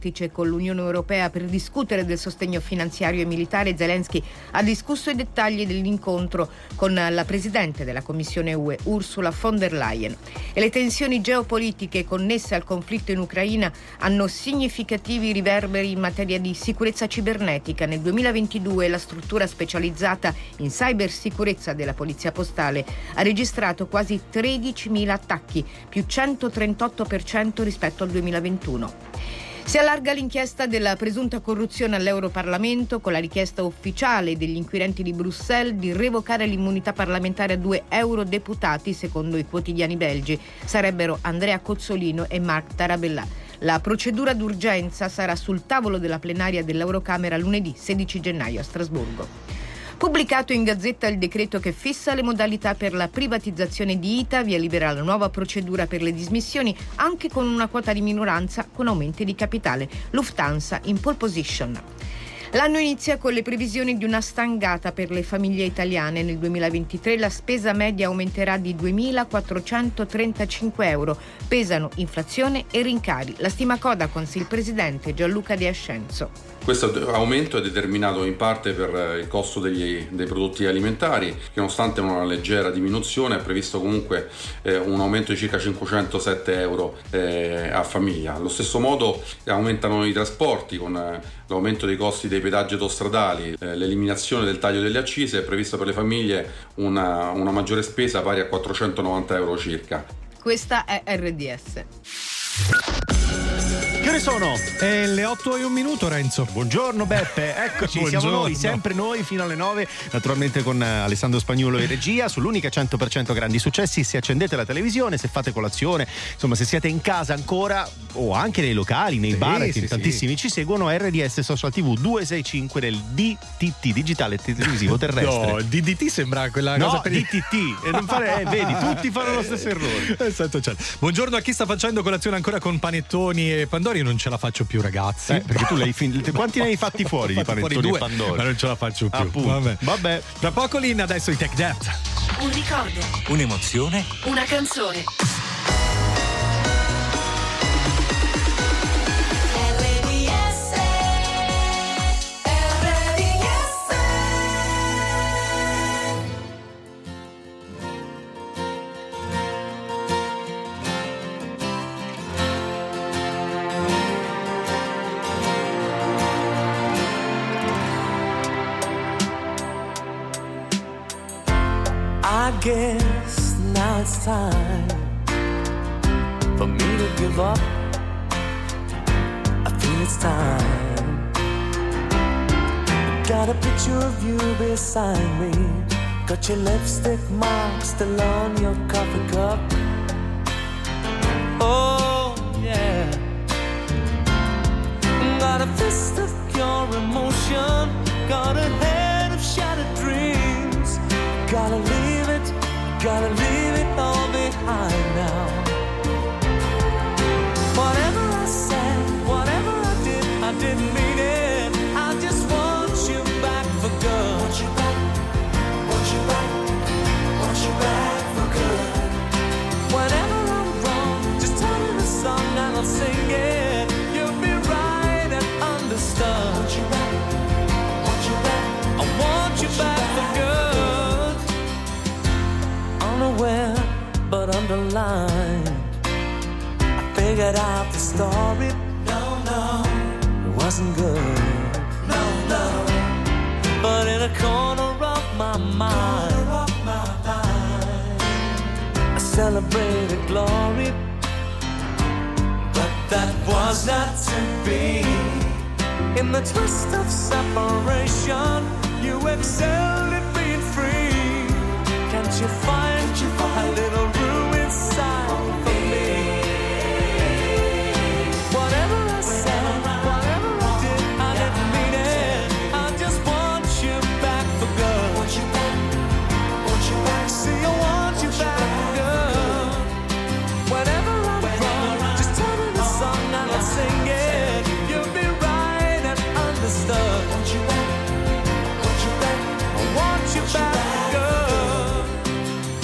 con l'Unione Europea per discutere del sostegno finanziario e militare. Zelensky ha discusso i dettagli dell'incontro con la Presidente della Commissione UE, Ursula von der Leyen. E le tensioni geopolitiche connesse al conflitto in Ucraina hanno significativi riverberi in materia di sicurezza cibernetica. Nel 2022 la struttura specializzata in cybersicurezza della Polizia Postale ha registrato quasi 13.000 attacchi, più 138% rispetto al 2021. Si allarga l'inchiesta della presunta corruzione all'Europarlamento con la richiesta ufficiale degli inquirenti di Bruxelles di revocare l'immunità parlamentare a 2 eurodeputati, secondo i quotidiani belgi. Sarebbero Andrea Cozzolino e Marc Tarabella. La procedura d'urgenza sarà sul tavolo della plenaria dell'Eurocamera lunedì 16 gennaio a Strasburgo. Pubblicato in Gazzetta il decreto che fissa le modalità per la privatizzazione di ITA, via libera la nuova procedura per le dismissioni, anche con una quota di minoranza con aumenti di capitale. Lufthansa in pole position. L'anno inizia con le previsioni di una stangata per le famiglie italiane. Nel 2023 la spesa media aumenterà di 2.435 euro. Pesano inflazione e rincari. La stima Codacons, il presidente Gianluca De Ascenzo. Questo aumento è determinato in parte per il costo dei prodotti alimentari, che nonostante una leggera diminuzione è previsto comunque un aumento di circa 507 euro a famiglia. Allo stesso modo aumentano i trasporti con l'aumento dei costi dei pedaggi autostradali, l'eliminazione del taglio delle accise. È prevista per le famiglie una maggiore spesa pari a 490 euro circa. Questa è RDS. Che ore sono? Le 8:01, Renzo. Buongiorno Beppe, eccoci, Buongiorno. Siamo noi, sempre noi, fino alle 9, naturalmente con Alessandro Spagnuolo in regia, sull'unica 100% grandi successi. Se accendete la televisione, se fate colazione, insomma se siete in casa ancora, o anche nei locali, nei bar, che tantissimi ci seguono, RDS Social TV 265 del DTT, digitale televisivo terrestre. No, il DDT sembra quella no, cosa per DTT, e non fare, vedi, tutti fanno lo stesso errore. Esatto, cioè. Buongiorno a chi sta facendo colazione ancora con panettoni e pandori. Non ce la faccio più, ragazzi. Perché tu quanti ne hai fatti fuori di panettoni e pandori? Ma non ce la faccio più. Vabbè. Tra poco Lin, adesso i Tech Death. Un ricordo, un'emozione, una canzone. I guess now it's time for me to give up. I feel it's time. Got a picture of you beside me. Got your lipstick mark still on your coffee cup. Oh yeah. Got a fist of pure emotion. Got a head of shattered dreams. Gotta leave it all behind now. Whatever I said, whatever I didn't mean it. I just want you back for good. Want you back, want you back, want you back for good. Whenever I'm wrong, just tell me the song and I'll sing it. You'll be right and understood. Want you back, want you back, I want you back for good. Unaware but underlined, I figured out the story. No, it wasn't good. No, but in a corner of my mind, I celebrated glory. But that was not to be. In the twist of separation, you excelled at being free. Can't you find a little room inside for me? Whatever I said, whatever I did, I didn't mean it. I just want you back for good. Want you back, see I want you back for good. Whenever I'm wrong, just tell me the song and I'll sing it. You'll be right and understood. Want you back, I want you back for good.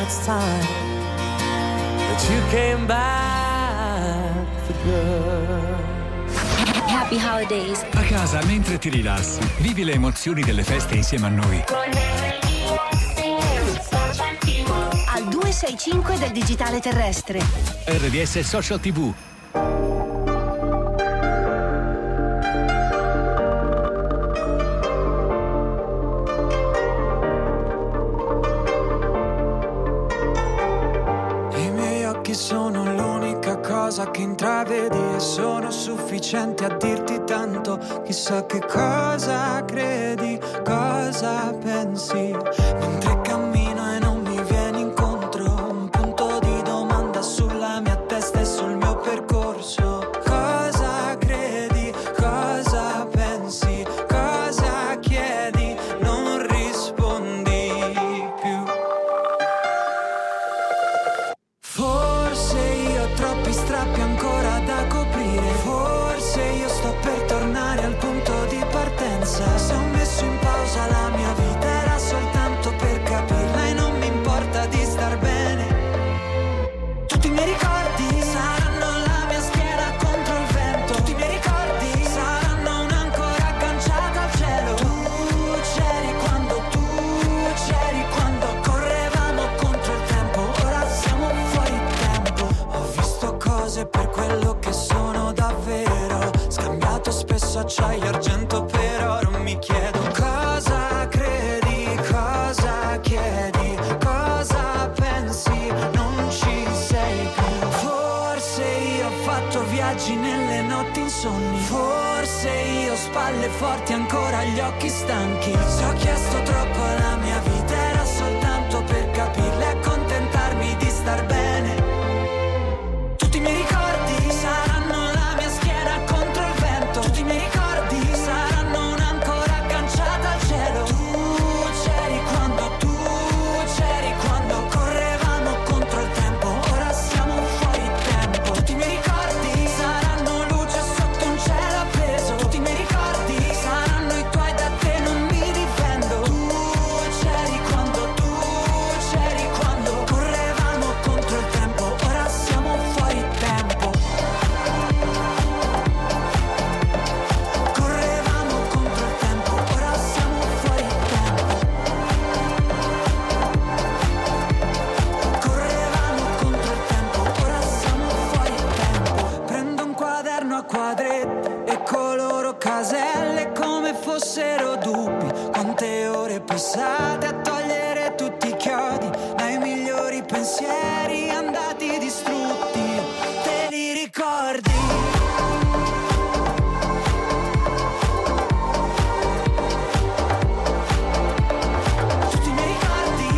it's time that you came back for good. Happy holidays. A casa mentre ti rilassi, vivi le emozioni delle feste insieme a noi. Al 265 del digitale terrestre. RDS Social TV. I miei occhi sono l'unica cosa che intravedi e sono sufficienti a dirti tanto. Chissà che cosa credi, cosa pensi mentre cammino e non mi vieni incontro. Un punto di domanda sulla mia testa e sul mio percorso. Cosa credi, cosa pensi, cosa chiedi, non rispondi più. Forse io ho troppi strappi ancora da coprire. Forse io sto per tornare al punto di partenza. Se ho messo in pausa la mia vita era soltanto per capirla e non mi importa di star bene. Tutti i miei ricordi saranno la mia schiena contro il vento. Tutti i miei ricordi saranno un'ancora agganciata al cielo. Tu c'eri quando correvamo contro il tempo. Ora siamo fuori tempo. Ho visto cose per quello che sono davvero. Scambiato spesso acciaio e argento per oro. Mi chiedo cosa credi, cosa chiedi, cosa pensi, non ci sei più. Forse io ho fatto viaggi nelle notti insonni. Forse io ho spalle forti ancora gli occhi stanchi. Se ho chiesto troppo alla mia vita era soltanto per capirla e accontentarmi di star bene. Tutti i miei ricordi saranno la mia schiena contro il vento. Tutti i miei ricordi saranno un'ancora agganciata al cielo. Tu c'eri quando correvamo contro il tempo. Ora siamo fuori tempo. Tutti i miei ricordi saranno luce sotto un cielo appeso. Tutti i miei ricordi saranno i tuoi, da te non mi difendo. Tu c'eri quando correvamo contro il tempo. Ora siamo fuori tempo. Correvamo contro il tempo. Ora siamo fuori tempo. Correvamo contro il tempo. Ora siamo fuori tempo. Prendo un quaderno a quadretti e coloro caselle come fossero dubbi. Quante ore passate a togliere tutti i chiodi dai migliori pensieri andati distrutti. Te li ricordi? Tutti i miei ricordi.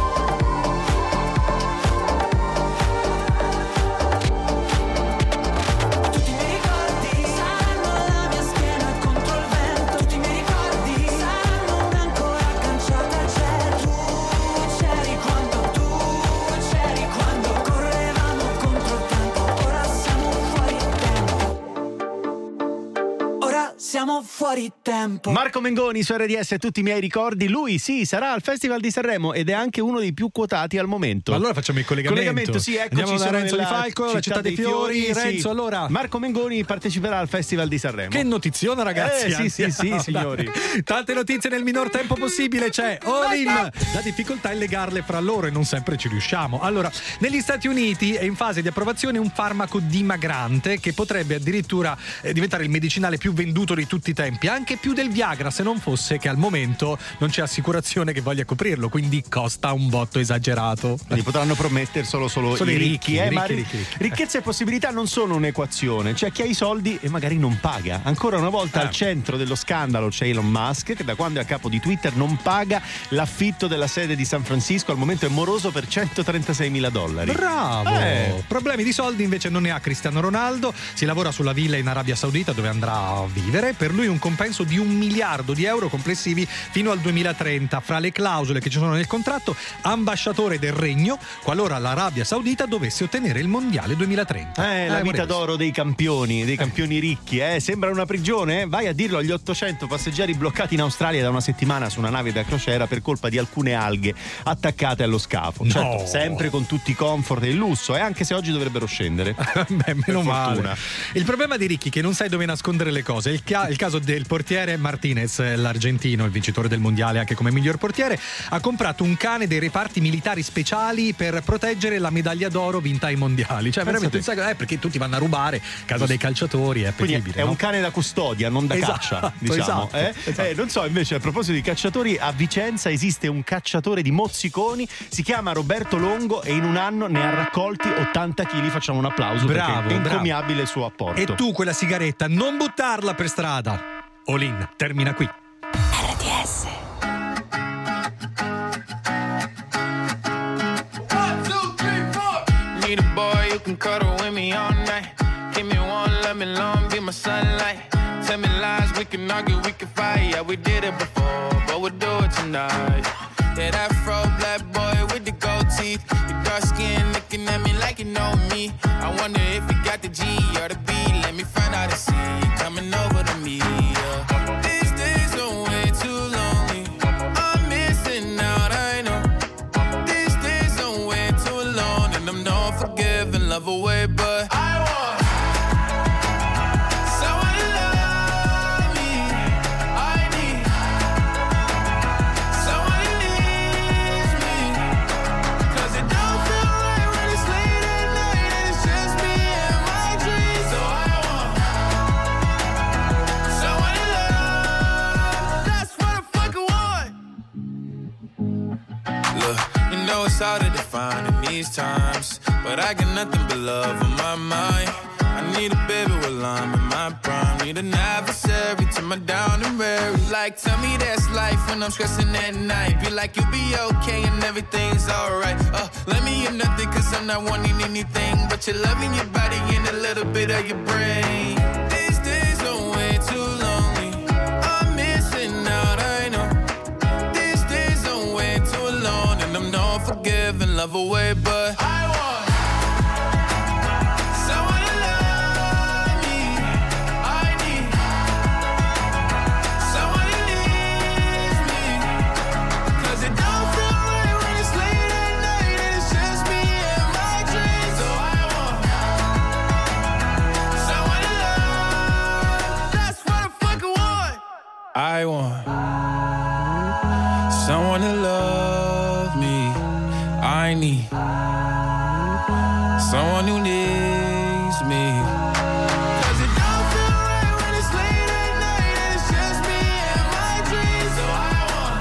Tutti i miei ricordi saranno la mia schiena contro il vento. Tutti i miei ricordi saranno un'ancora agganciata al cielo. Tu c'eri quando correvamo contro il tempo. Ora siamo fuori tempo. Ora siamo fuori tempo. Marco Mengoni su RDS, tutti i miei ricordi. Lui sì, sarà al Festival di Sanremo ed è anche uno dei più quotati al momento. Ma allora facciamo il collegamento. Sì, eccoci. Andiamo da Renzo Di Falco, la città dei fiori. Renzo, allora Marco Mengoni parteciperà al Festival di Sanremo. che notiziona, ragazzi. Sì, signori. Tante notizie nel minor tempo possibile. C'è All-in. La difficoltà è legarle fra loro e non sempre ci riusciamo. Allora, negli Stati Uniti è in fase di approvazione un farmaco dimagrante che potrebbe addirittura diventare il medicinale più venduto di tutti i tempi, anche più del Viagra, se non fosse che al momento non c'è assicurazione che voglia coprirlo, quindi costa un botto esagerato. Quindi potranno prometterselo solo i ricchi. Ma ricchezza e possibilità non sono un'equazione. C'è chi ha i soldi e magari non paga. Ancora una volta al centro dello scandalo c'è Elon Musk, che da quando è a capo di Twitter non paga l'affitto della sede di San Francisco. Al momento è moroso per $136.000. Bravo! Problemi di soldi invece non ne ha Cristiano Ronaldo. Si lavora sulla villa in Arabia Saudita dove andrà a vivere. Per lui un compenso di 1 miliardo di euro complessivi fino al 2030. Fra le clausole che ci sono nel contratto, ambasciatore del regno qualora l'Arabia Saudita dovesse ottenere il mondiale 2030. La vita d'oro dei campioni ricchi, sembra una prigione? Vai a dirlo agli 800 passeggeri bloccati in Australia da una settimana su una nave da crociera per colpa di alcune alghe attaccate allo scafo. No. Certo, sempre con tutti i comfort e il lusso, anche se oggi dovrebbero scendere. Beh, meno male. Il problema dei ricchi è che non sai dove nascondere le cose. Il caso del portiere Martinez, l'argentino, il vincitore del mondiale anche come miglior portiere, ha comprato un cane dei reparti militari speciali per proteggere la medaglia d'oro vinta ai mondiali. Cioè veramente un sacco, perché tutti vanno a rubare casa dei calciatori, è appetibile. È un cane da custodia, non da caccia, diciamo. Esatto. Non so, invece, a proposito di cacciatori, a Vicenza esiste un cacciatore di mozziconi, si chiama Roberto Longo e in un anno ne ha raccolti 80 kg. Facciamo un applauso, perché è encomiabile il suo apporto. E tu quella sigaretta non buttarla per strada. Olin termina qui. RDS. Need a boy who can cuddle with me all night. Give me one, let me long, be my sunlight. Tell me lies, we can argue, we can fight. Yeah, we did it before, but we'll do it tonight. Yeah, that fro black boy with the gold teeth. Your dark skin looking at me like you know me. I wonder if you got the G or the B. Let me find out and see you coming over to me. Yeah. These days are way too lonely. I'm missing out, I know. These days are way too alone, and I'm not forgiving, love away, but I want someone to love me. I need someone who needs me. 'Cause it don't feel right when it's late at night and it's just me and my dreams. So I want someone to love. That's what I fucking want. Look, you know it's hard to define in these times, but I got nothing but love on my mind. I need a baby while I'm in my prime. Need an adversary to my down and weary. Like, tell me that's life when I'm stressing at night. Be like, you'll be okay and everything's alright. Let me hear nothing, 'cause I'm not wanting anything but your love in your body and a little bit of your brain. These days are way too lonely. I'm missing out, I know. These days are way too alone, and I'm not forgiving, love away, but I want someone to love me. I need someone who needs me. 'Cause it don't feel right when it's late at night and it's just me and my dreams. So I want someone to love. That's what I fucking want. I want someone to love me. I need someone who needs me. 'Cause it don't feel right when it's late at night and it's just me and my dreams. So I want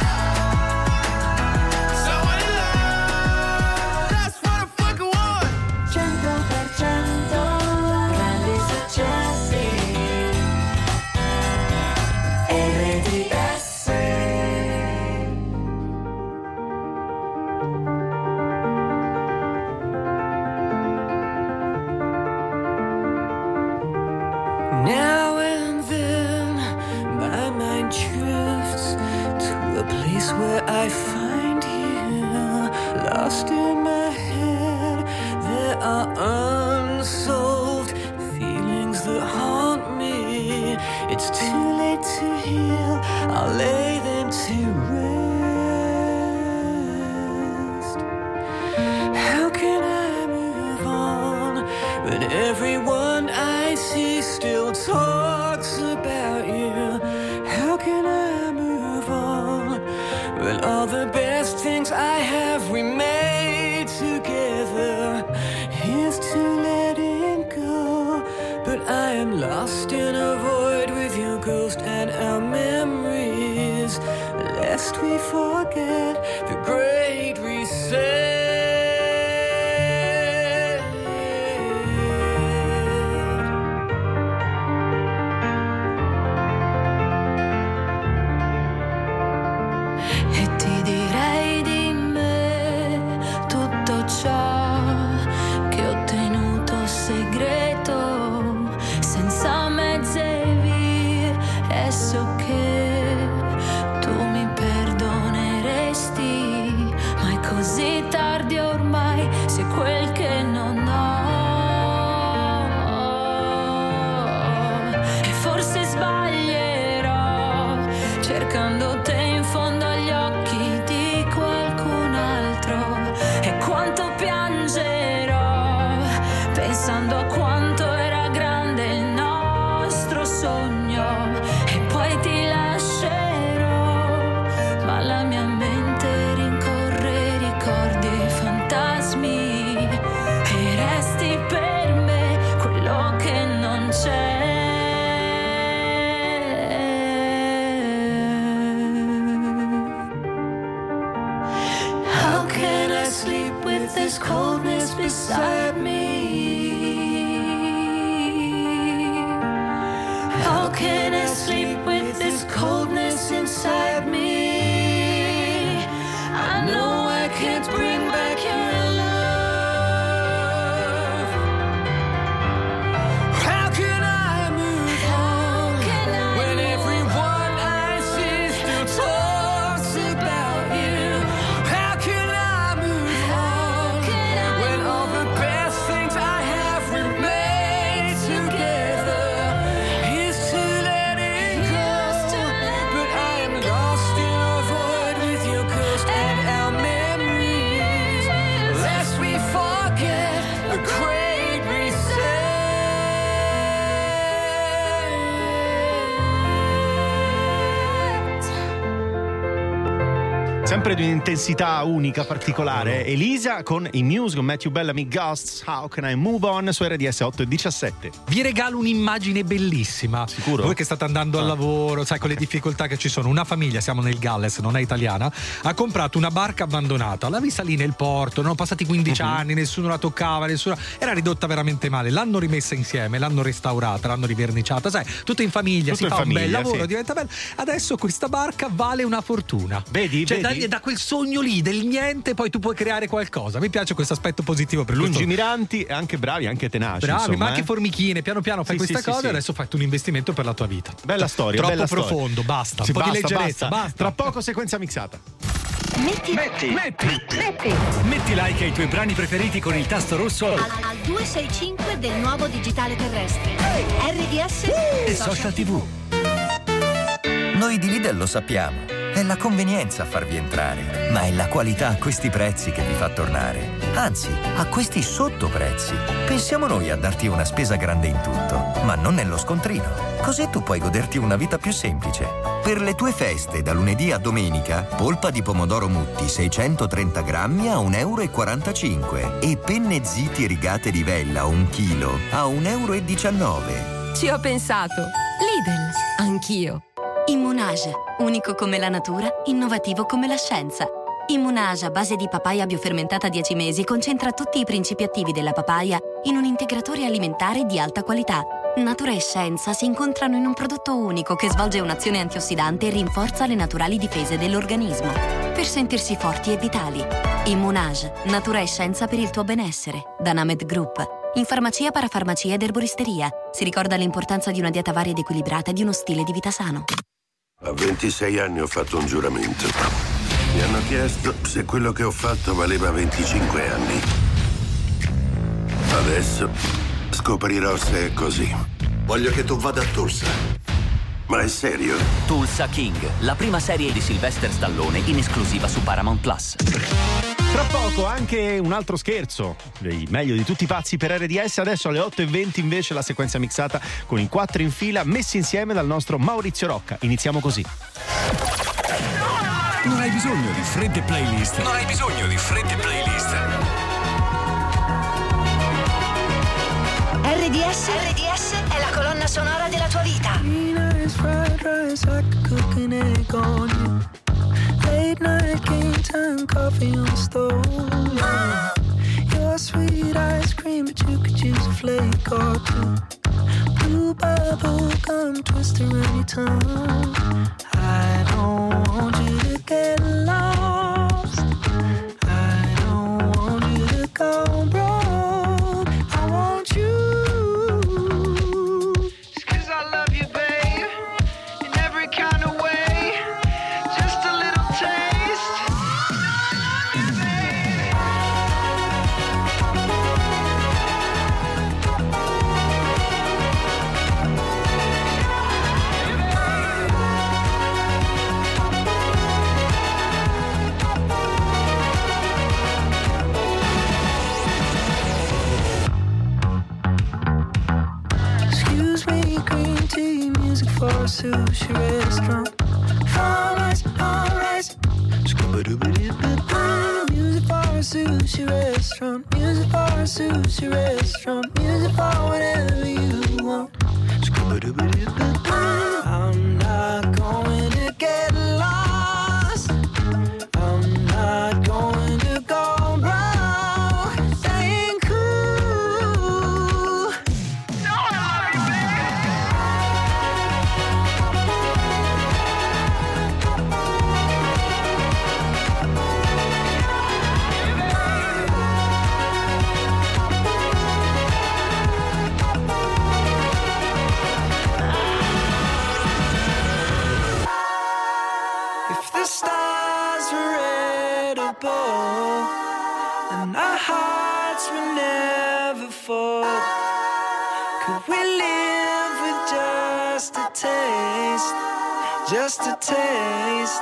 someone to love. That's what I fucking want. 100% grandi successi. RDS. Now and then my mind drifts to a place where I find you, lost in my head. There are unsolved feelings that haunt me. It's too late to heal, I'll lay them to rest. How can I move on when everyone I see still talks about you? How can I move on when all the best things I have we made together? Here's to letting go, but I am lost in a void with your ghost and our memories, lest we forget the great reset. E ti direi di me this coldness beside me? How can I sleep with this coldness inside me? I know I can't bring back your love. How can I move on when everyone I see still talks about you? How can I move on when all the best things I have remain together? Is to let it go, but I am lost in a void with your ghost and our memories, lest we forget the great reset. Sempre di un'intensità unica, particolare. Elisa con i Muse, con Matthew Bellamy, Ghosts, How Can I Move On, su RDS 8:17. Vi regalo un'immagine bellissima. Sicuro? Voi che state andando al lavoro, sai, con le difficoltà che ci sono. Una famiglia, siamo nel Galles, non è italiana, ha comprato una barca abbandonata. L'ha vista lì nel porto, non passati 15 anni, nessuno la toccava, era ridotta veramente male. L'hanno rimessa insieme, l'hanno restaurata, l'hanno riverniciata, sai, tutto in famiglia, Tutto si in fa famiglia, un bel lavoro, sì. diventa bello. Adesso questa barca vale una fortuna. Vedi? Cioè, Vedi? Da quel sogno lì del niente poi tu puoi creare qualcosa. Mi piace questo aspetto positivo per questo. Lungimiranti e anche bravi, anche tenaci. Bravi, insomma, ma anche formichine, piano piano fai Sì, questa sì, cosa sì, e sì. adesso fai un investimento per la tua vita. Bella storia, Troppo bella profondo, storia. basta. Sì, Un po' di leggerezza, basta. Tra poco sequenza mixata. Metti like ai tuoi brani preferiti con il tasto rosso al 265 del nuovo digitale terrestre. RDS e Social TV. Noi di Lidl lo sappiamo. È la convenienza a farvi entrare, ma è la qualità a questi prezzi che vi fa tornare. Anzi, a questi sottoprezzi. Pensiamo noi a darti una spesa grande in tutto, ma non nello scontrino. Così tu puoi goderti una vita più semplice. Per le tue feste, da lunedì a domenica, polpa di pomodoro Mutti 630 grammi a 1,45 € e penne Ziti rigate di Vella 1 chilo a 1,19 €. Ci ho pensato. Lidl, anch'io. Immunage, unico come la natura, innovativo come la scienza. Immunage a base di papaya biofermentata 10 mesi concentra tutti i principi attivi della papaya in un integratore alimentare di alta qualità. Natura e scienza si incontrano in un prodotto unico che svolge un'azione antiossidante e rinforza le naturali difese dell'organismo. Per sentirsi forti e vitali. Immunage, natura e scienza per il tuo benessere. Da Named Group. In farmacia, parafarmacia ed erboristeria. Si ricorda l'importanza di una dieta varia ed equilibrata e di uno stile di vita sano. A 26 anni ho fatto un giuramento. Mi hanno chiesto se quello che ho fatto valeva 25 anni. Adesso scoprirò se è così. Voglio che tu vada a Tulsa. Ma è serio? Tulsa King, la prima serie di Sylvester Stallone in esclusiva su Paramount Plus. Tra poco anche un altro scherzo, dei meglio di tutti i pazzi per RDS. Adesso alle 8:20 invece la sequenza mixata con i 4 in fila messi insieme dal nostro Maurizio Rocca. Iniziamo così. Non hai bisogno di fredde playlist. Non hai bisogno di fredde playlist. RDS è la colonna sonora della tua vita. Fried rice, I could cook an egg on you. Late night game time coffee on the stove. Your sweet ice cream, but you could use a flake or two. Blue bubble gum twist around your tongue. I don't want you to get lost. I don't want you to go broke. I want you. For a sushi restaurant, alright. Music for a sushi restaurant, music for a sushi restaurant, music for whatever you want. I'm not going to get lost. I'm not going to go broke. unstoppable, and our hearts will never fall. Could we live with just a taste, just a taste?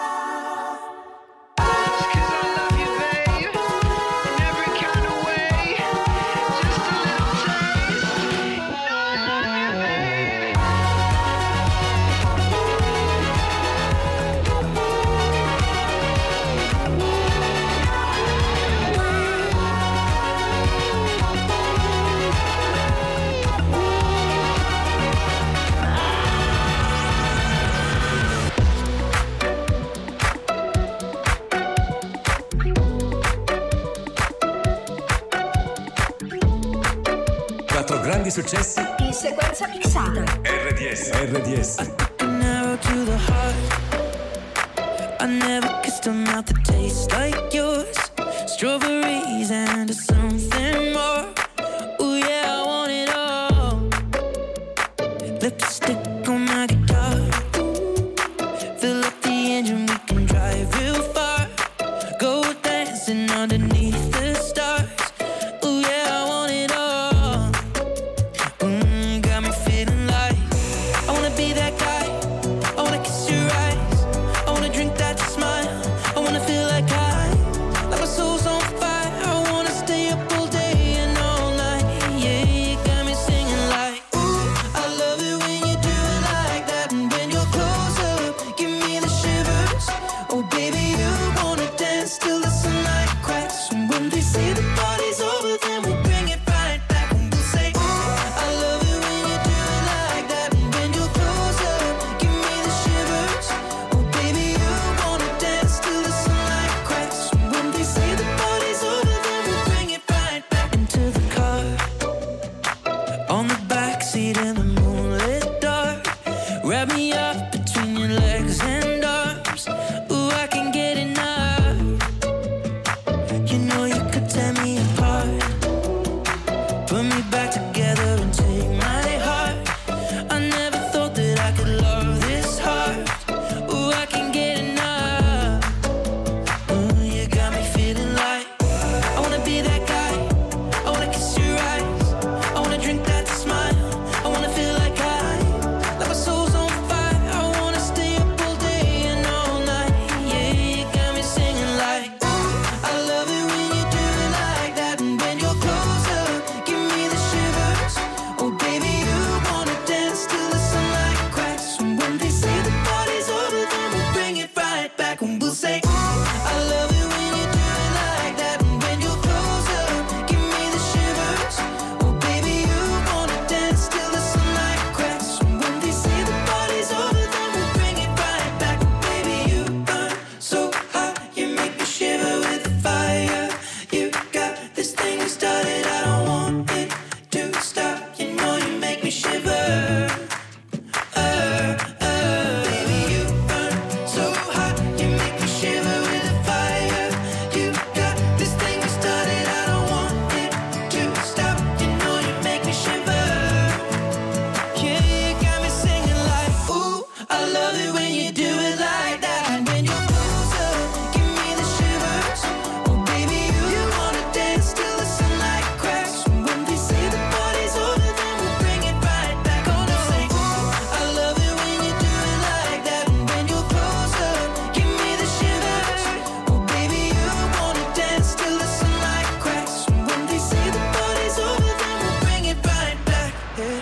Grandi successi in sequenza mixata. RDS. An arrow to the heart. I never kissed a mouth that tastes like yours. Strawberries and something more. Ooh yeah, I want it all. Lipstick on my guitar. Fill up the engine, we can drive real far. Go dancing underneath the stars. Ooh yeah, I want it all. Got me feeling like I wanna be that guy. I wanna kiss your eyes. I wanna drink that smile. I wanna feel like like my soul's on fire. I wanna stay up all day and all night. Yeah, you got me singing like, ooh, I love it when you do it like that. And when you're close up, give me the shivers. Oh baby, you wanna dance till the sunlight cracks. And when they say the party's over, then we'll bring it right back. And we'll say, ooh, I love it when you do it like that. And when you're close up, give me the shivers. Oh baby, you wanna dance till the sunlight cracks. And when they say the party's over, then we'll bring it right back into the car. On the backseat in the moonlit dark. Wrap me up between your legs and arms. Ooh, I can get enough. You know you could tear me apart. Put me back together and take my heart. I never thought that I could love this hard. Ooh, I can get enough. Ooh, you got me feeling like I wanna be that guy. I wanna kiss your eyes. I wanna drink that smile. I wanna feel like my soul's on fire. I wanna stay up all day and all night. Yeah, you got me singing like, ooh, I love it when you do it like that. And when you're close up, give me the shivers. Oh baby, you wanna dance till the sunlight cracks. And when they say the party's over, then we'll bring it right back. And we'll say, ooh, I love it when you do it like that. And when you're close up, give me the shivers. Oh baby, you wanna dance till the sunlight cracks. And when they say the party's over, then we'll bring it right back. Baby, you burn so hot, you make me shiver with the fire. You got this thing you started, I don't want it to stop. You know you make me shiver. Baby, you burn so hot, you make me shiver with the fire. You got this thing you started, I don't want it to stop. You know you make me shiver. Yeah, you got me singing like, ooh, I love it when you do it like that. And when you're close up, give me the shivers. Oh baby, you wanna dance till the sunlight cracks. And when they say the party's over, then we'll bring it right back. Gonna say, ooh, I love it when you do it like that. And when you're close up, give me the shivers. Oh baby, you wanna dance till the sunlight cracks. And when they say the party's over, then we'll bring it right back. Yeah.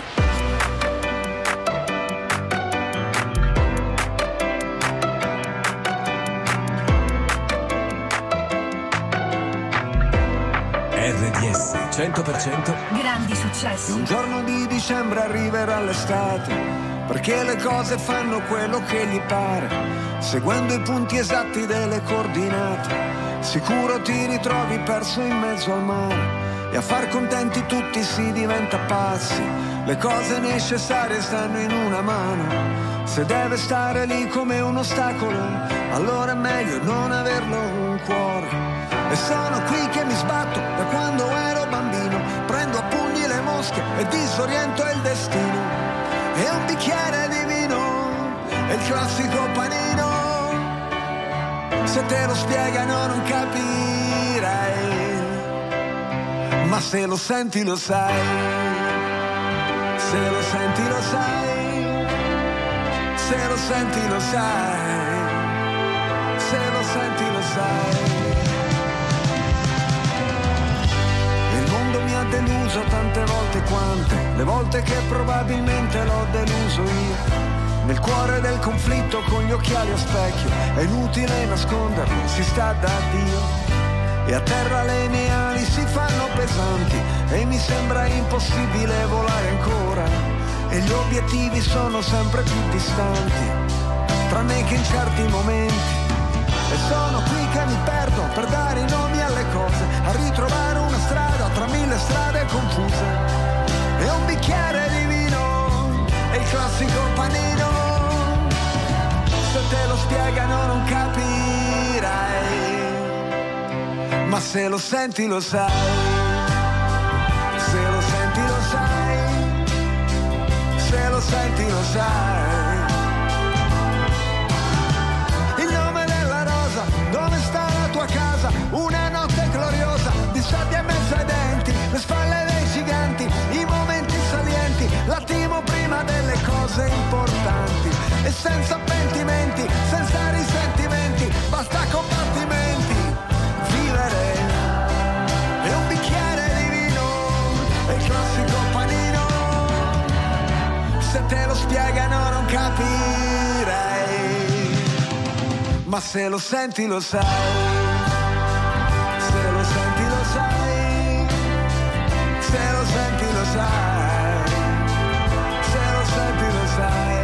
RDS 100% Grandi successi. Un giorno di dicembre arriverà l'estate, perché le cose fanno quello che gli pare, seguendo i punti esatti delle coordinate. Sicuro ti ritrovi perso in mezzo al mare, e a far contenti tutti si diventa pazzi. Le cose necessarie stanno in una mano, se deve stare lì come un ostacolo, allora è meglio non averlo un cuore. E sono qui che mi sbatto da quando ero bambino, prendo a pugni le mosche e disoriento il destino. E un bicchiere di vino, e il classico panino, Se te lo spiegano non capirai, ma se lo senti lo sai, se lo senti lo sai, se lo senti lo sai, se lo senti lo sai. Il mondo mi ha deluso tante volte quante, le volte che probabilmente l'ho deluso io. Nel cuore del conflitto con gli occhiali a specchio, è inutile nasconderlo, si sta da Dio. E a terra le mie ali si fanno pesanti e mi sembra impossibile volare ancora. E gli obiettivi sono sempre più distanti, tranne che in certi momenti. E sono qui che mi perdo per dare i nomi alle cose, a ritrovare una strada tra mille strade confuse. E un bicchiere di vino e il classico panino. Se te lo spiegano non capirai, ma se lo senti lo sai, se lo senti lo sai, se lo senti lo sai. Il nome della rosa, dove sta la tua casa? Una notte gloriosa, di sabbia in mezzo ai denti, le spalle dei giganti, i momenti salienti, l'attimo prima delle cose importanti. E senza pentimenti, senza risentimenti, basta combattimenti, vivere. E un bicchiere di vino, e il classico panino. Se te lo spiegano non capirai, ma se lo senti lo sai, se lo senti lo sai, se lo senti lo sai, se lo senti lo sai.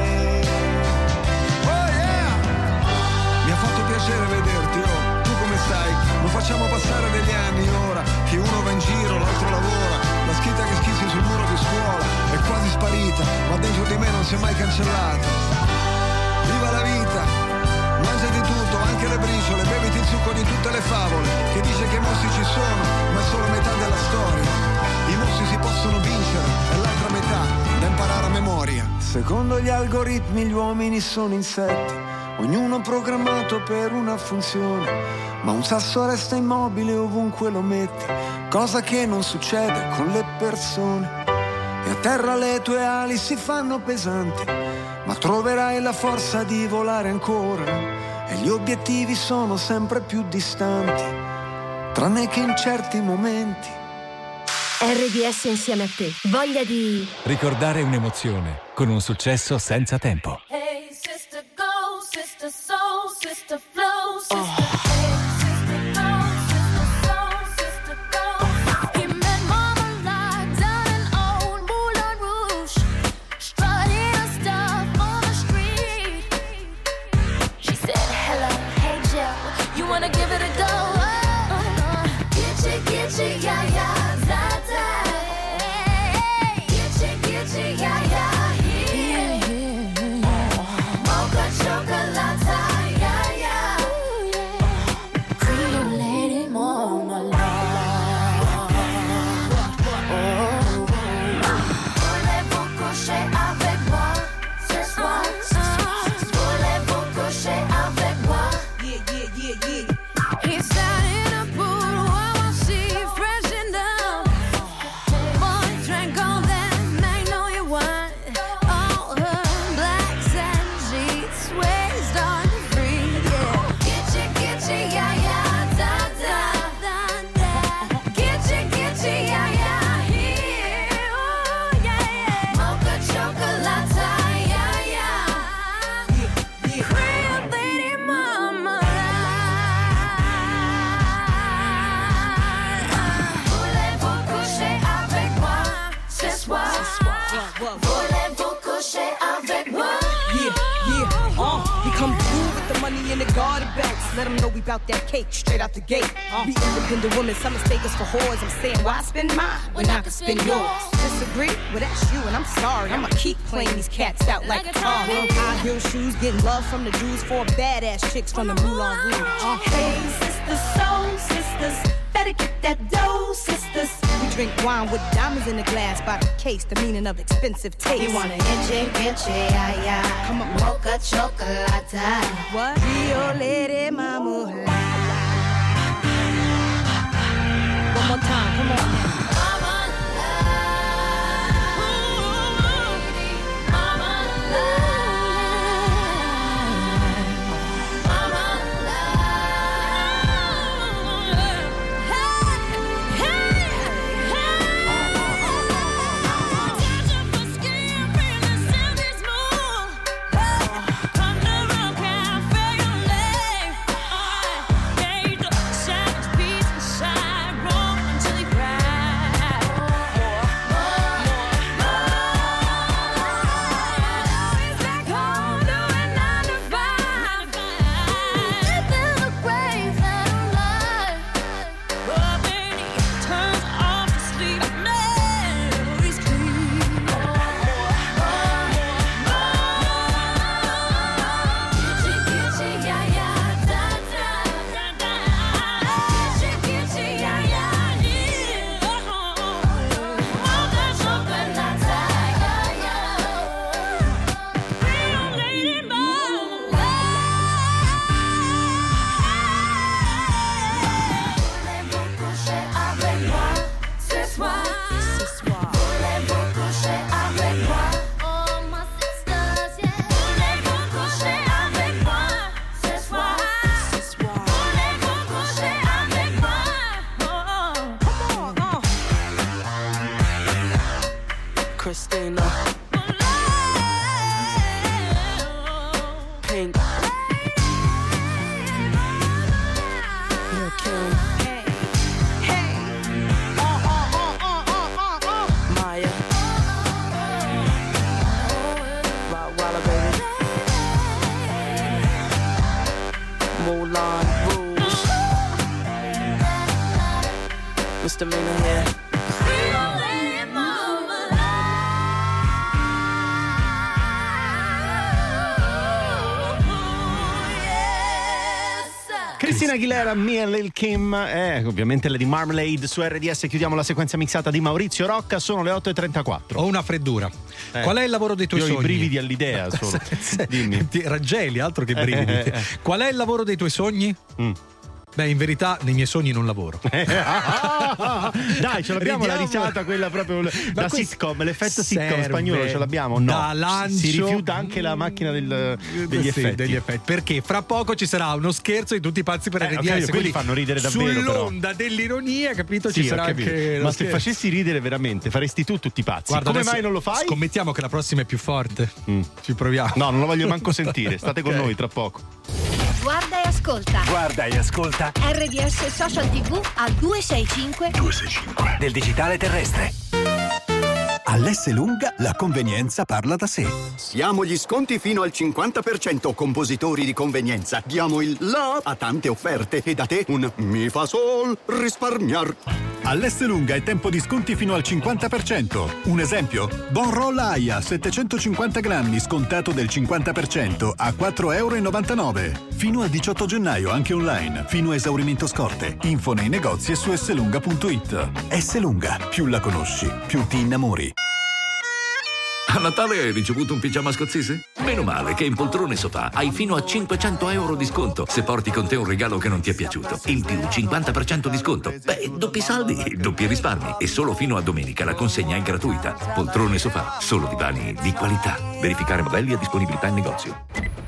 Mi ha fatto piacere vederti, oh, tu come stai? Lo facciamo passare degli anni ora, che uno va in giro, l'altro lavora, la scritta che schissi sul muro di scuola è quasi sparita, ma dentro di me non si è mai cancellata. Viva la vita, mangiati tutto, anche le briciole, beviti il succo di tutte le favole, che dice che i mostri ci sono, ma è solo metà della storia. I mostri si possono vincere, è l'altra metà da imparare a memoria. Secondo gli algoritmi gli uomini sono insetti, ognuno programmato per una funzione, ma un sasso resta immobile ovunque lo metti, cosa che non succede con le persone. E a terra le tue ali si fanno pesanti, ma troverai la forza di volare ancora. E gli obiettivi sono sempre più distanti, tranne che in certi momenti. RDS insieme a te, voglia di Ricordare un'emozione con un successo senza tempo. Hey, sister, go, sister, soul, sister, flow, sister. Hey, sister, go, sister, soul, sister, go. He met Mama Light down in old Moulin Rouge, strutting her stuff on the street. She said, hello, hey Joe, you wanna give it a go? Get you, yeah, yeah. In the garden belts, let them know we bout that cake straight out the gate. Be independent women, some mistake us for whores. I'm saying, why spend mine when I can spend yours? Disagree? Well, that's you, and I'm sorry. I'ma keep playing these cats out like a car. High heel shoes, getting love from the dudes, 4 badass chicks from the Moulin Rouge. Hey, sisters, soul sisters, better get that dough, sisters. We drink wine with diamonds in the glass by the case, the meaning of expensive taste. You wanna enche, yeah, yeah. Come on, mocha chocolate. What? Rio Lady Mama. Christina. Pink. Lil' Kim. Maya. Rottweiler, baby. Moulin Rouge. Misdemeanor here. Christina Aguilera, Me and Lil' Kim, ovviamente Lady Marmalade su RDS. Chiudiamo la sequenza mixata di Maurizio Rocca, sono le 8:34. Ho una freddura. Qual è il lavoro dei tuoi Io sogni? ho i brividi all'idea solo. Dimmi. Raggeli, altro che brividi. Qual è il lavoro dei tuoi sogni? Beh, in verità nei miei sogni non lavoro. Dai, ce l'abbiamo la risata, quella proprio da sitcom, l'effetto sitcom spagnolo, ce l'abbiamo? No. Da lancio. Si rifiuta anche la macchina degli effetti. Perché fra poco ci sarà uno scherzo di tutti i pazzi per RDS. Okay, quelli fanno ridere davvero. Sull'onda dell'ironia, capito? Ci sarà anche. Ma se facessi ridere veramente, faresti tu tutti i pazzi. Guarda, come mai non lo fai? Scommettiamo che la prossima è più forte. Ci proviamo. No, non lo voglio manco sentire. State con noi tra poco. Guarda e ascolta. Guarda e ascolta RDS Social TV al 265 del digitale terrestre. All'Esselunga la convenienza parla da sé. Siamo gli sconti fino al 50%, compositori di convenienza. Diamo il la a tante offerte e da te un mi fa sol risparmiar. All'Esselunga è tempo di sconti fino al 50%. Un esempio: Bon Roll Aia 750 grammi scontato del 50% a €4,99. Fino al 18 gennaio anche online, fino a esaurimento scorte. Info nei negozi e su esselunga.it. Esselunga, più la conosci, più ti innamori. A Natale hai ricevuto un pigiama scozzese? Meno male che in Poltrone Sofà hai fino a €500 di sconto se porti con te un regalo che non ti è piaciuto. In più 50% di sconto. Beh, doppi saldi, doppi risparmi. E solo fino a domenica la consegna è gratuita. Poltrone Sofà, solo divani di qualità. Verificare modelli e disponibilità in negozio.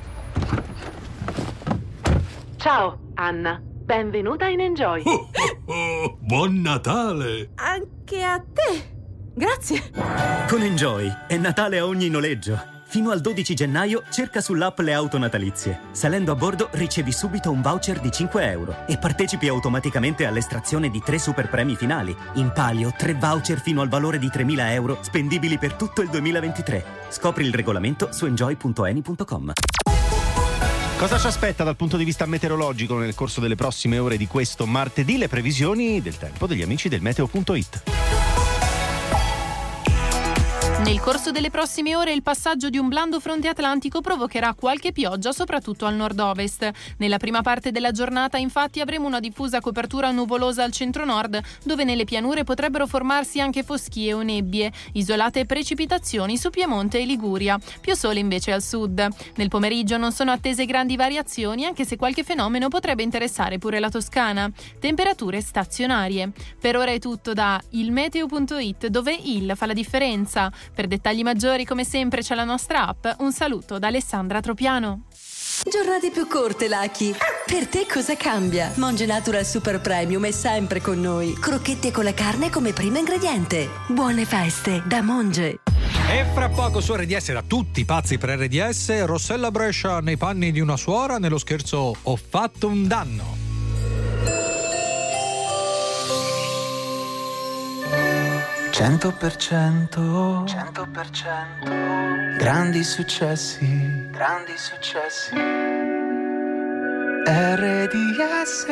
Ciao, Anna. Benvenuta in Enjoy. Buon Natale! Anche a te. Grazie. Con Enjoy è Natale a ogni noleggio. Fino al 12 gennaio cerca sull'app le auto natalizie. Salendo a bordo ricevi subito un voucher di €5 e partecipi automaticamente all'estrazione di 3 super premi finali. In palio 3 voucher fino al valore di €3.000 spendibili per tutto il 2023. Scopri il regolamento su enjoy.eni.com. Cosa ci aspetta dal punto di vista meteorologico nel corso delle prossime ore di questo martedì? Le previsioni del tempo degli amici del meteo.it. Nel corso delle prossime ore il passaggio di un blando fronte atlantico provocherà qualche pioggia soprattutto al nord-ovest. Nella prima parte della giornata infatti avremo una diffusa copertura nuvolosa al centro-nord, dove nelle pianure potrebbero formarsi anche foschie o nebbie, isolate precipitazioni su Piemonte e Liguria, più sole invece al sud. Nel pomeriggio non sono attese grandi variazioni, anche se qualche fenomeno potrebbe interessare pure la Toscana. Temperature stazionarie. Per ora è tutto da ilmeteo.it, dove il fa la differenza. Per dettagli maggiori, come sempre, c'è la nostra app. Un saluto da Alessandra Tropiano. Giornate più corte, Lucky. Per te cosa cambia? Monge Natural Super Premium è sempre con noi. Crocchette con la carne come primo ingrediente. Buone feste da Monge. E fra poco su RDS, da tutti pazzi per RDS, Rossella Brescia nei panni di una suora nello scherzo Ho fatto un danno. 100%, grandi successi, RDS.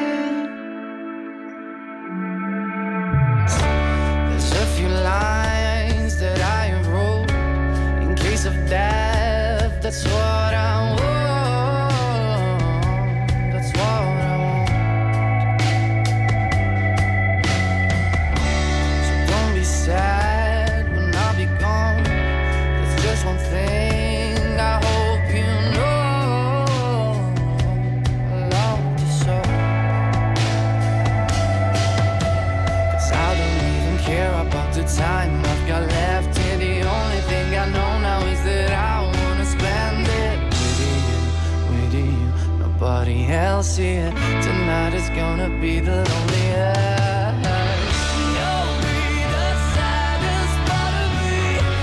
There's a few lines that I have wrote in case of death. That's what I want. That's what I want. So don't be sad when I'll be gone. There's just one thing I hope you know. I love you so. 'Cause I don't even care about the time I've got left here. The only thing I know now is that I wanna spend it with you, nobody else here. Tonight is gonna be the loneliest. You'll be the saddest part of me.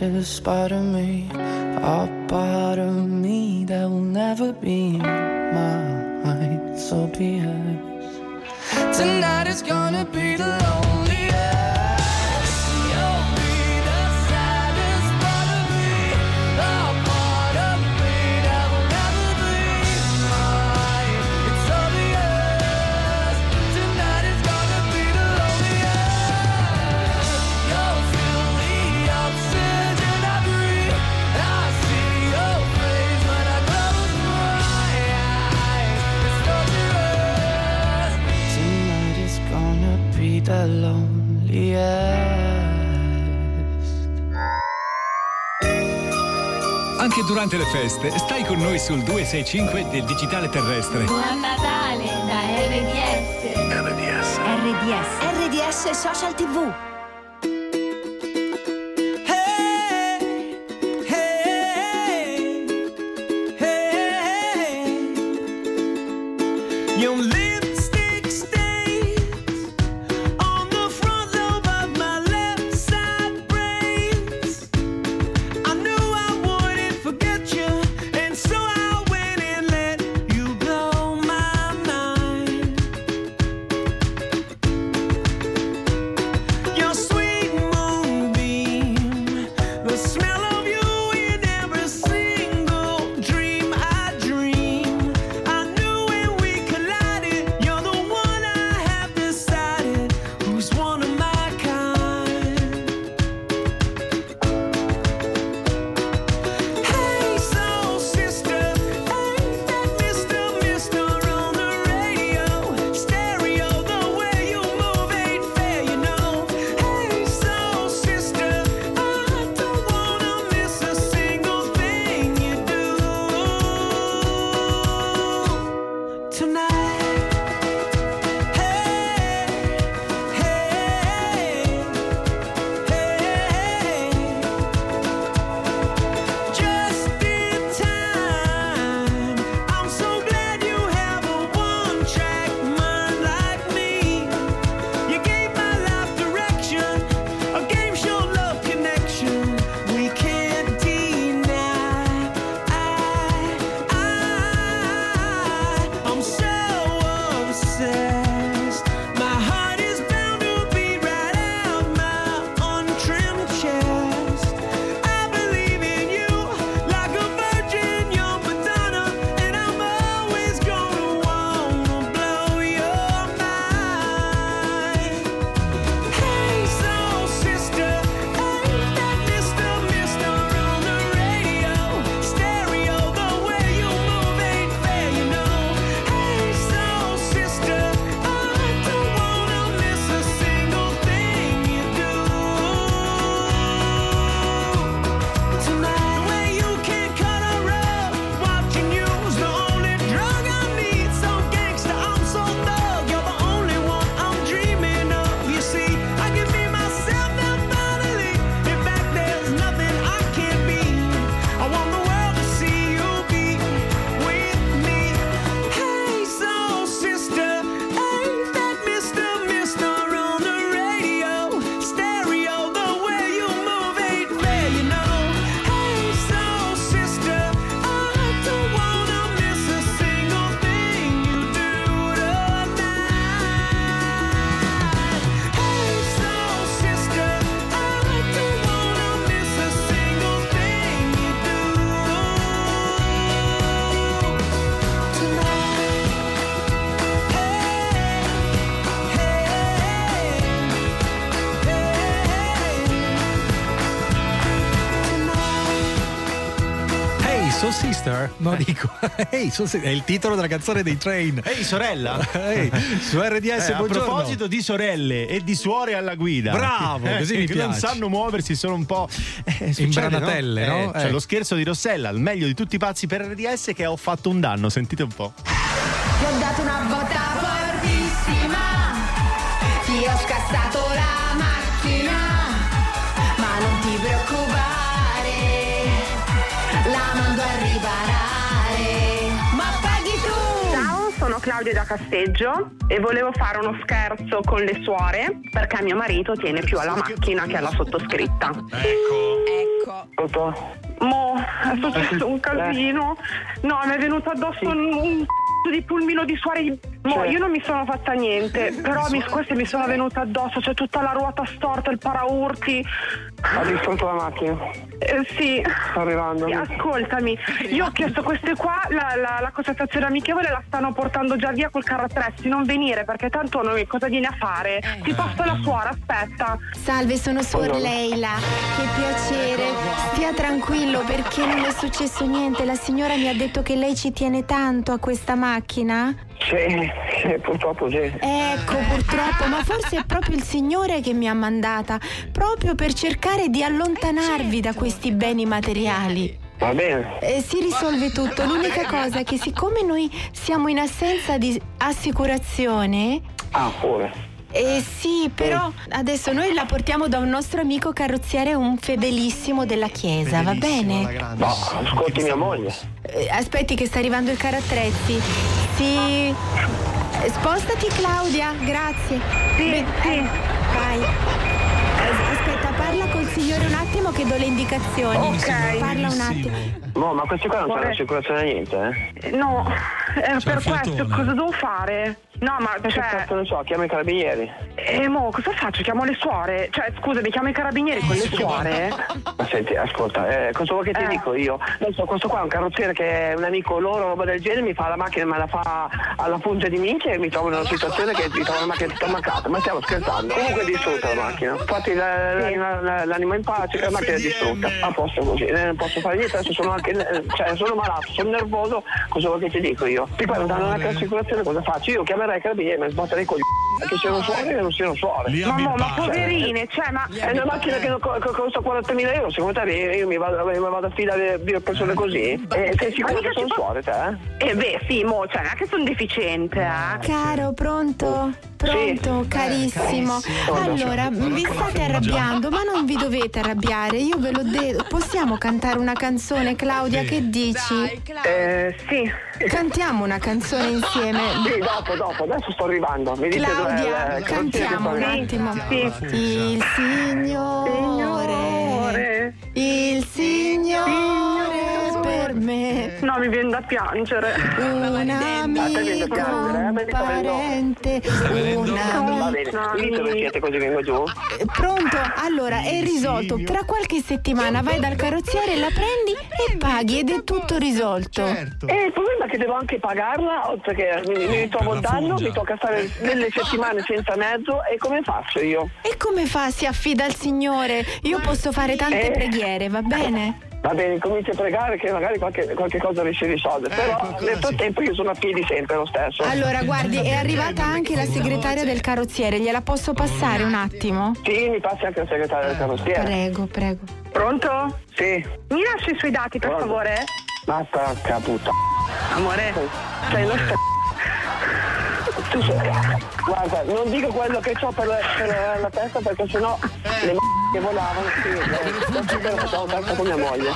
this part of me, a part of me that will never be mine. So behave. Tonight is gonna be the loneliest. You'll be the saddest part of me, a part of me that will never be mine. It's obvious. Tonight is gonna be the loneliest. You'll feel the oxygen I breathe. I see your face when I close my eyes. It's torturous. Tonight is gonna be the loneliest. Anche durante le feste, stai con noi sul 265 del digitale terrestre. Buon Natale da RDS. RDS Social TV. Your lipstick stains on the front lobe of my left side brains. I knew I wouldn't forget you, and so I went and let you blow my mind. Your sweet moonbeam, the smell of you in every single dream I dream. I knew when we collided, you're the one I have decided who's one of my kind. Hey, soul sister, ain't that Mr. on the radio? Stereo, the way you move ain't fair, you know. Hey, soul sister, I don't wanna miss a single thing you do tonight. Hey, hey, hey, just in time. I'm so glad you have a one-track mind like me. You gave my life direction, a game show love connection we can't deny. I'm so obsessed. My heart is bound to beat right out my untrimmed chest. I believe in you like a virgin, young Madonna, and I'm always gonna wanna blow your mind. Hey, soul sister, ain't that Mr. on the radio? Stereo, the way you move ain't fair, you know. Hey, soul sister, I don't wanna miss a single thing you do tonight. The way you can cut a rug, watching you's the only drug I need. So gangsta, I'm so thug, you're the only one I'm dreaming of. You see, I can be myself now finally. In fact, there's nothing I can't be. I want the world to see you be with me. Hey, soul sister, ain't that Mr. on the radio? Stereo, the way you move ain't fair, you know. Hey, soul sister, I don't wanna miss a single thing you do tonight. Hey, soul sister, I don't wanna miss a single thing you do tonight. Hey, Soul Sister? No, dico. Hey, Soul Sister. È il titolo della canzone dei Train. Ehi, sorella. Hey, su RDS, A buongiorno. proposito di sorelle e di suore alla guida, Bravo, così mi che piace. non sanno muoversi, sono un po' Imbranatelle, no? C'è lo scherzo di Rossella, il meglio di tutti i pazzi per RDS, che ho fatto un danno, sentite un po'. Ti ho dato una botta fortissima, ti ho scassato la macchina, ma non ti preoccupare, la mando a riparare. Ma paghi tu! Ciao, sono Claudia Claudia da Casteggio e volevo fare uno scherzo con le suore perché mio marito tiene più alla macchina che alla sottoscritta. Ecco. Mo, è successo un casino. No, mi è venuto addosso un di pulmino di suore. Mo, io non mi sono fatta niente, però queste mi sono venute addosso, c'è tutta la ruota storta, il paraurti. Ha distrutto la macchina? Sì. Sto arrivando. Ascoltami, io ho chiesto queste qua, la consultazione amichevole la stanno portando già via col carro attrezzi, non venire perché tanto noi cosa viene a fare? Ti passo la suora, aspetta. Salve, sono suor Leila, che piacere. Stia tranquillo perché non è successo niente, la signora mi ha detto che lei ci tiene tanto a questa macchina. Sì, purtroppo sì. Ecco, purtroppo, ma forse è proprio il Signore che mi ha mandata, proprio per cercare di allontanarvi da questi beni materiali. Va bene. Si risolve tutto, l'unica cosa è che siccome noi siamo in assenza di assicurazione... Ah, pure. Sì, però adesso noi la portiamo da un nostro amico carrozziere, un fedelissimo della chiesa, va bene? No, ascolti mia moglie. Aspetti che sta arrivando il carro attrezzi. Sì. Spostati Claudia, grazie. Sì. Vai. Aspetta, parla col signore un attimo che do le indicazioni. Ok. Parla un attimo. No, ma questi qua non c'è l'assicurazione niente, No, per questo cosa devo fare? No, ma cazzo ne so, chiamo i carabinieri. Mo, cosa faccio? Chiamo le suore? Cioè, scusami, chiamo i carabinieri con le suore? Ma senti, ascolta, cosa vuoi che ti dico io? Adesso questo qua è un carrozziere che è un amico loro, roba del genere, mi fa la macchina, me la fa alla punta di minchia e mi trovo in una situazione che mi trovo la macchina tutta mancata. Ma stiamo scherzando? Comunque è distrutta la macchina. Fatti l'anima in pace, che la macchina è distrutta. A posto così, non posso fare niente, adesso sono anche, sono malato, sono nervoso, cosa vuoi che ti dico io? Ti poi non danno neanche l'assicurazione, cosa faccio? Io chiamerei i carabinieri, mi sbatterei i coglioni. Che siano suore o non siano suore. Ma poverine, ma è una macchina che costa 40.000 euro. Secondo te io mi vado a fidare di persone così? Sei sicuro che sono suore te? Beh, sì, non è che sono deficiente, Caro, pronto? Pronto, sì. Carissimo. Allora, vi state arrabbiando, ma non vi dovete arrabbiare, io ve l'ho detto. Possiamo cantare una canzone, Claudia, che dici? Sì. Cantiamo una canzone insieme. Sì, dopo, adesso sto arrivando. Mi dite Claudia, cantiamo un attimo. Sì. Il Signore, il Signore per me. No, mi viene da piangere. Un amico, un parente, un amico. Va bene, dove siete così vengo giù? Pronto? Allora, è risolto. Tra qualche settimana vai dal carrozziere, la prendi e paghi ed è tutto risolto. Certo. Il problema è che devo anche pagarla, oltre che mi ritrovo il danno, mi tocca stare delle settimane senza mezzo e come faccio io? E come fa? Si affida al Signore. Io posso fare tante preghiere, va bene? Va bene, cominci a pregare che magari qualche cosa riesce a risolvere, però nel frattempo io sono a piedi sempre lo stesso. Allora, guardi, è arrivata anche la segretaria del carrozziere, gliela posso passare un attimo? Sì, mi passi anche la segretaria del carrozziere. Prego. Pronto? Sì. Mi lasci i suoi dati, per favore? Basta, caputa. Amore, sei uno Guarda, non dico quello che ho per la testa perché sennò le che volavano, facciamo testa con mia moglie.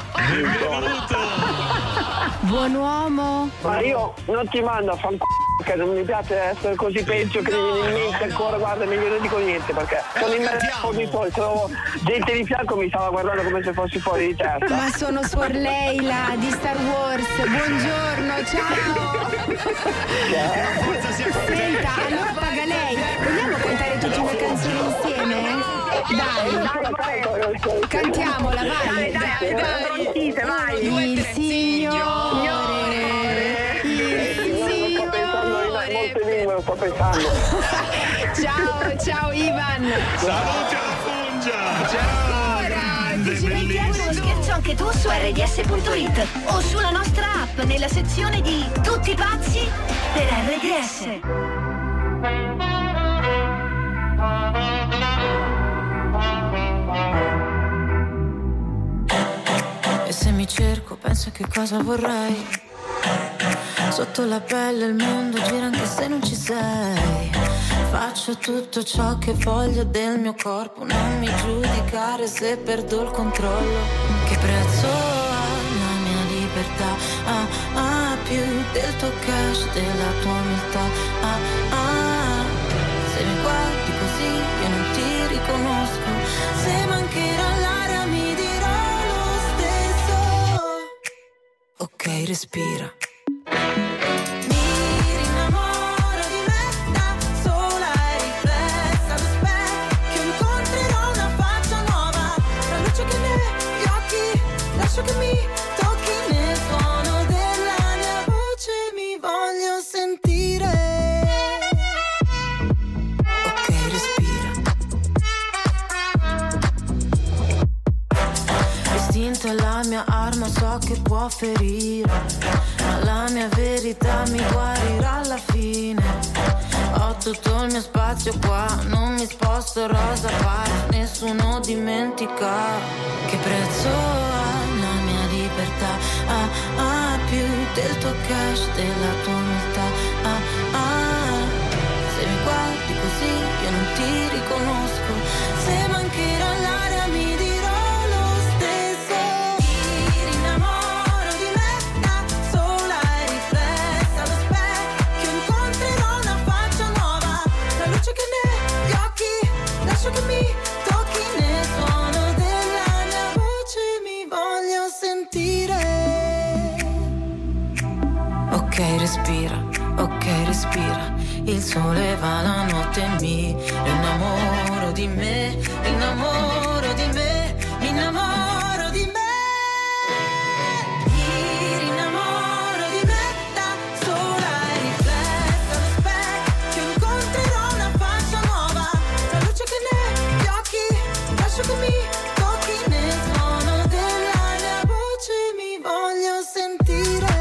Buon uomo. Ma io non ti mando a fanculo perché non mi piace essere così peggio che mi viene in mente ancora, guarda, meglio non dico niente perché sono in mezzo poi trovo gente di fianco mi stava guardando come se fossi fuori di testa. Ma sono suor Leila di Star Wars, buongiorno, ciao. Senta, allora paga lei. Vogliamo cantare tutte una canzone insieme? Dai, cantiamola, vai. Dai, vai. Il Signore, molte lingue lo sto pensando. Ciao Ivan. Saluti alla Fungia. Ciao. Ci mettiamo uno scherzo anche tu su rds.it o sulla nostra app nella sezione di Tutti pazzi per RDS. E se mi cerco penso che cosa vorrei. Sotto la pelle il mondo gira anche se non ci sei. Faccio tutto ciò che voglio del mio corpo. Non mi giudicare se perdo il controllo. Che prezzo ha la mia libertà? Più del tuo cash, della tua umiltà. Se mi guardi così io non ti riconosco. Se mancherà l'aria mi dirò lo stesso. Ok, respira. Lascio che mi tocchi nel suono della mia voce, mi voglio sentire. Ok, respira. L'istinto è la mia arma, so che può ferire, ma la mia verità mi guarirà alla fine. Ho tutto il mio spazio qua, non mi sposto rosa pari, nessuno dimentica che prezzo ha la mia libertà. Più del tuo cash, della tua umiltà. Se mi guardi così io non ti riconosco. Se mancherà l'aria mi dirò lo stesso. Mi rinnamoro di me da sola e riflessa allo specchio. Incontrerò una faccia nuova, la luce che negli occhi. Lascio che mi tocchi nel suono della mia voce, mi voglio sentire. Ok, respira, ok, respira. Il sole va, la notte mi innamoro di me, innamoro di me, mi innamoro di me. Mi rinnamoro di me da sola e riflessa allo specchio. Incontrerò una faccia nuova, la luce che negli occhi. Lascio che mi tocchi nel suono della mia voce, mi voglio sentire.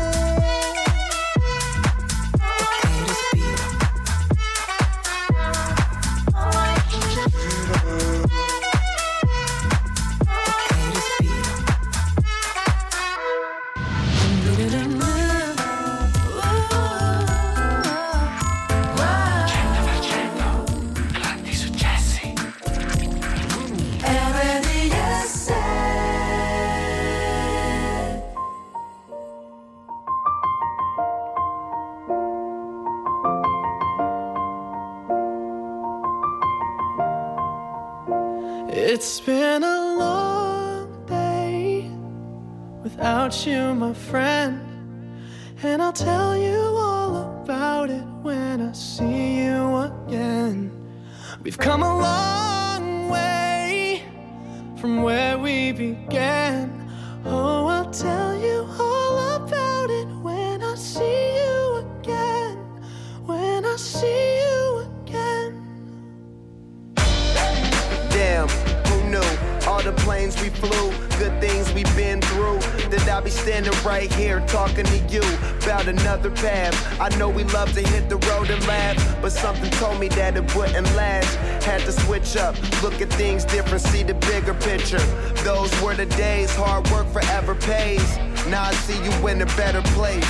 It's been a long day without you, my friend, and I'll tell you all about it when I see you again. We've come a long way from where we began. Oh, I'll tell you all about it when I see you again. When I see you again. Damn, who knew? All the planes we flew, good things we've been through. That I'll be standing right here talking to you about another path. I know we love to hit the road and laugh, but something told me that it wouldn't last. Had to switch up, look at things different, see the bigger picture. Those were the days, hard work forever pays. Now I see you in a better place.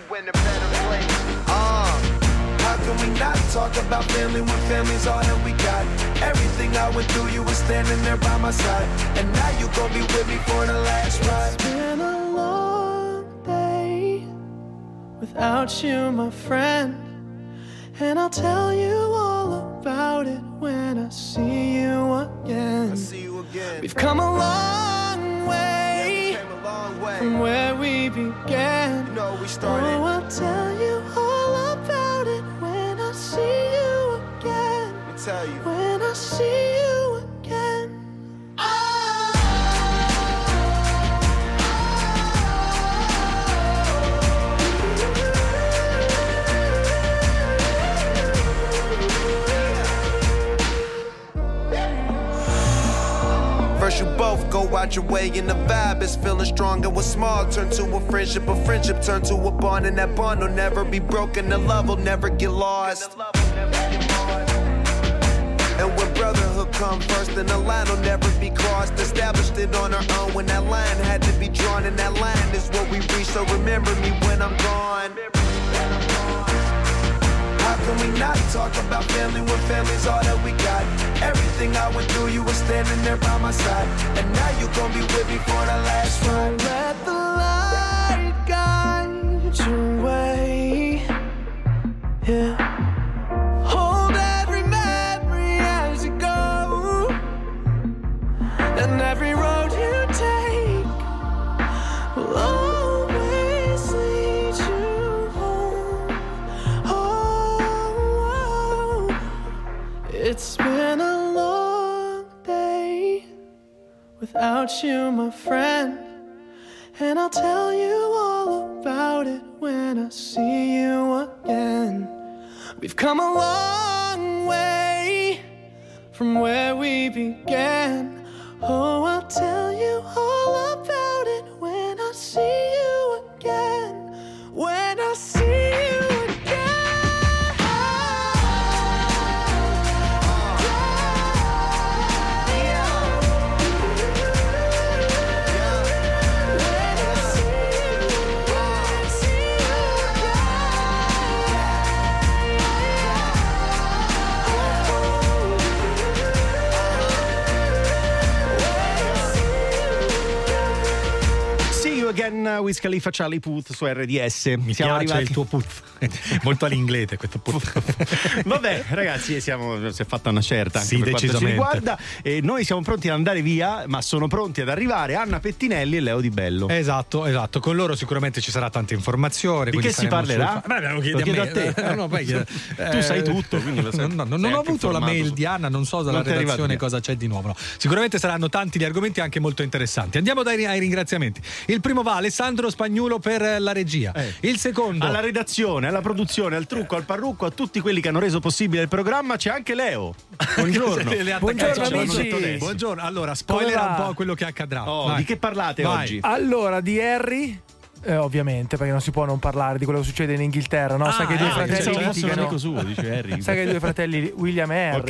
How can we not talk about family when family's all that we got? Everything I went through, you were standing there by my side, and now you gon' be with me for the last ride. It's been a long day without you, my friend, and I'll tell you all about it when I see you again. We've come a long way, from where we began. Oh, I'll tell you all about it when I see you again. When I see you again. First you both go out your way and the vibe is feeling strong, and what's small turn to a friendship turn to a bond, and that bond will never be broken, the love will never get lost. And when brotherhood come first, then the line will never be crossed. Established it on our own when that line had to be drawn, and that line is what we reach, so remember me when I'm gone. How can we not talk about family when family's all that we got? Everything I went through, you were standing there by my side, and now you gon' be with me for the last ride. Let the light guide your way. Yeah. Hold every memory as you go, and every road you take will always lead you home. Oh, it's been a long day without you, my friend, and I'll tell you all about it when I see you again. We've come a long way from where we began. Oh, I'll tell you all about it when I see you again. When I see you Again, Wiz Khalifa, Charlie Puth su RDS. Mi siamo piace arrivati il tuo Puth, molto all'inglese questo Puth. Vabbè, ragazzi, si è fatta una certa anche sì, per quanto ci decisamente. riguarda, e noi siamo pronti ad andare via, ma sono pronti ad arrivare Anna Pettinelli e Leo Di Bello. Esatto. Con loro sicuramente ci sarà tanta informazione. Di che si parlerà? Lo chiedo a te. Tu sai tutto, quindi lo sai. Non ho avuto la mail di Anna, non so dalla redazione cosa c'è di nuovo. No. Sicuramente saranno tanti gli argomenti anche molto interessanti. Andiamo ai ringraziamenti. Il primo va Alessandro Spagnuolo per la regia. Il secondo alla redazione, alla produzione, al trucco, al parrucco, a tutti quelli che hanno reso possibile il programma. C'è anche Leo. Buongiorno. Buongiorno amici. Buongiorno. Allora, spoiler un po' quello che accadrà. Di che parlate oggi? Allora, di Harry. Ovviamente, perché non si può non parlare di quello che succede in Inghilterra, no? Sai che i due fratelli litigano. Suo, dice Harry. Sai che i due fratelli, William e Harry,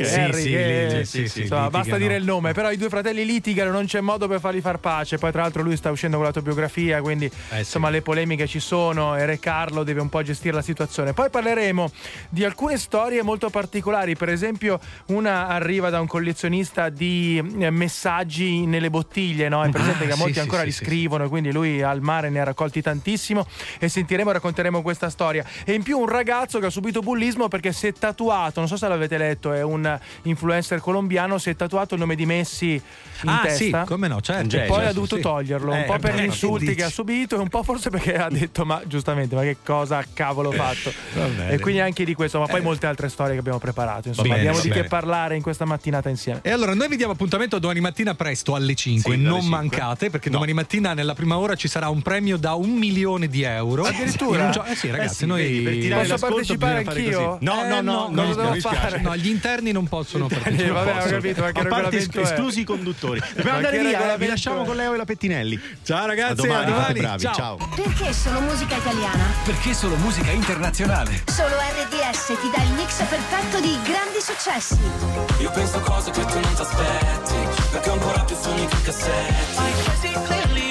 insomma, basta dire il nome, però i due fratelli litigano, non c'è modo per farli far pace. Poi tra l'altro lui sta uscendo con l'autobiografia, quindi insomma le polemiche ci sono e Re Carlo deve un po' gestire la situazione. Poi parleremo di alcune storie molto particolari, per esempio una arriva da un collezionista di messaggi nelle bottiglie, no? È presente che molti ancora li scrivono, quindi lui al mare ne ha raccolti tantissimo e racconteremo questa storia. E in più un ragazzo che ha subito bullismo perché si è tatuato, non so se l'avete letto, è un influencer colombiano, si è tatuato il nome di Messi in testa. Sì, come no, certo. E poi ha dovuto toglierlo, un po' per gli insulti che ha subito e un po' forse perché ha detto ma che cosa cavolo ho fatto. E quindi anche di questo, ma poi molte altre storie che abbiamo preparato, insomma abbiamo di che parlare in questa mattinata insieme. E allora noi vi diamo appuntamento domani mattina presto alle 5, non mancate, perché domani mattina nella prima ora ci sarà un premio da €1 milione. Addirittura? Sì, ragazzi, noi posso partecipare anch'io? No, gli interni non possono partecipare. Vabbè, ho capito, ma che regolamento esclusi i conduttori. Dobbiamo andare via, vi lasciamo con Leo e la Pettinelli. Ciao ragazzi, a domani. bravi. Ciao. Perché solo musica italiana? Perché solo musica internazionale? Solo RDS ti dà il mix perfetto di grandi successi. Io penso cose che tu non ti aspetti, perché ho ancora più sogni che cassetti.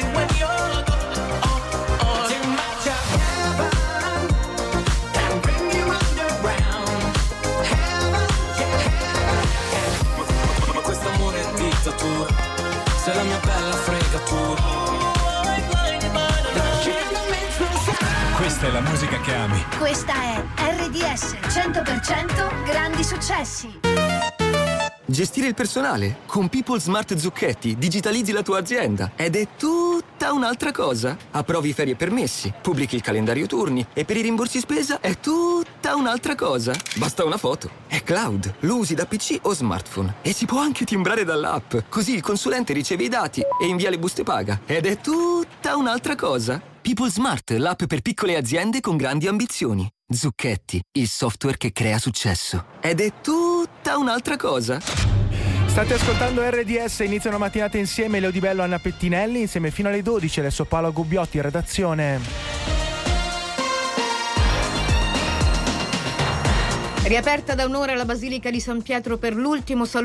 Sei la mia bella fregatura. Questa è la musica che ami. Questa è RDS 100% grandi successi. Gestire il personale? Con People Smart Zucchetti digitalizzi la tua azienda ed è tutta un'altra cosa. Approvi ferie e permessi, pubblichi il calendario turni e per i rimborsi spesa è tutta un'altra cosa. Basta una foto. È cloud, lo usi da PC o smartphone e si può anche timbrare dall'app. Così il consulente riceve i dati e invia le buste paga. Ed è tutta un'altra cosa. People Smart, l'app per piccole aziende con grandi ambizioni. Zucchetti, il software che crea successo. Ed è tutta un'altra cosa. State ascoltando RDS, inizia una mattinata insieme, Leo Di Bello e Anna Pettinelli, insieme fino alle 12, adesso Paolo Gubbiotti in redazione. Riaperta da un'ora la Basilica di San Pietro per l'ultimo saluto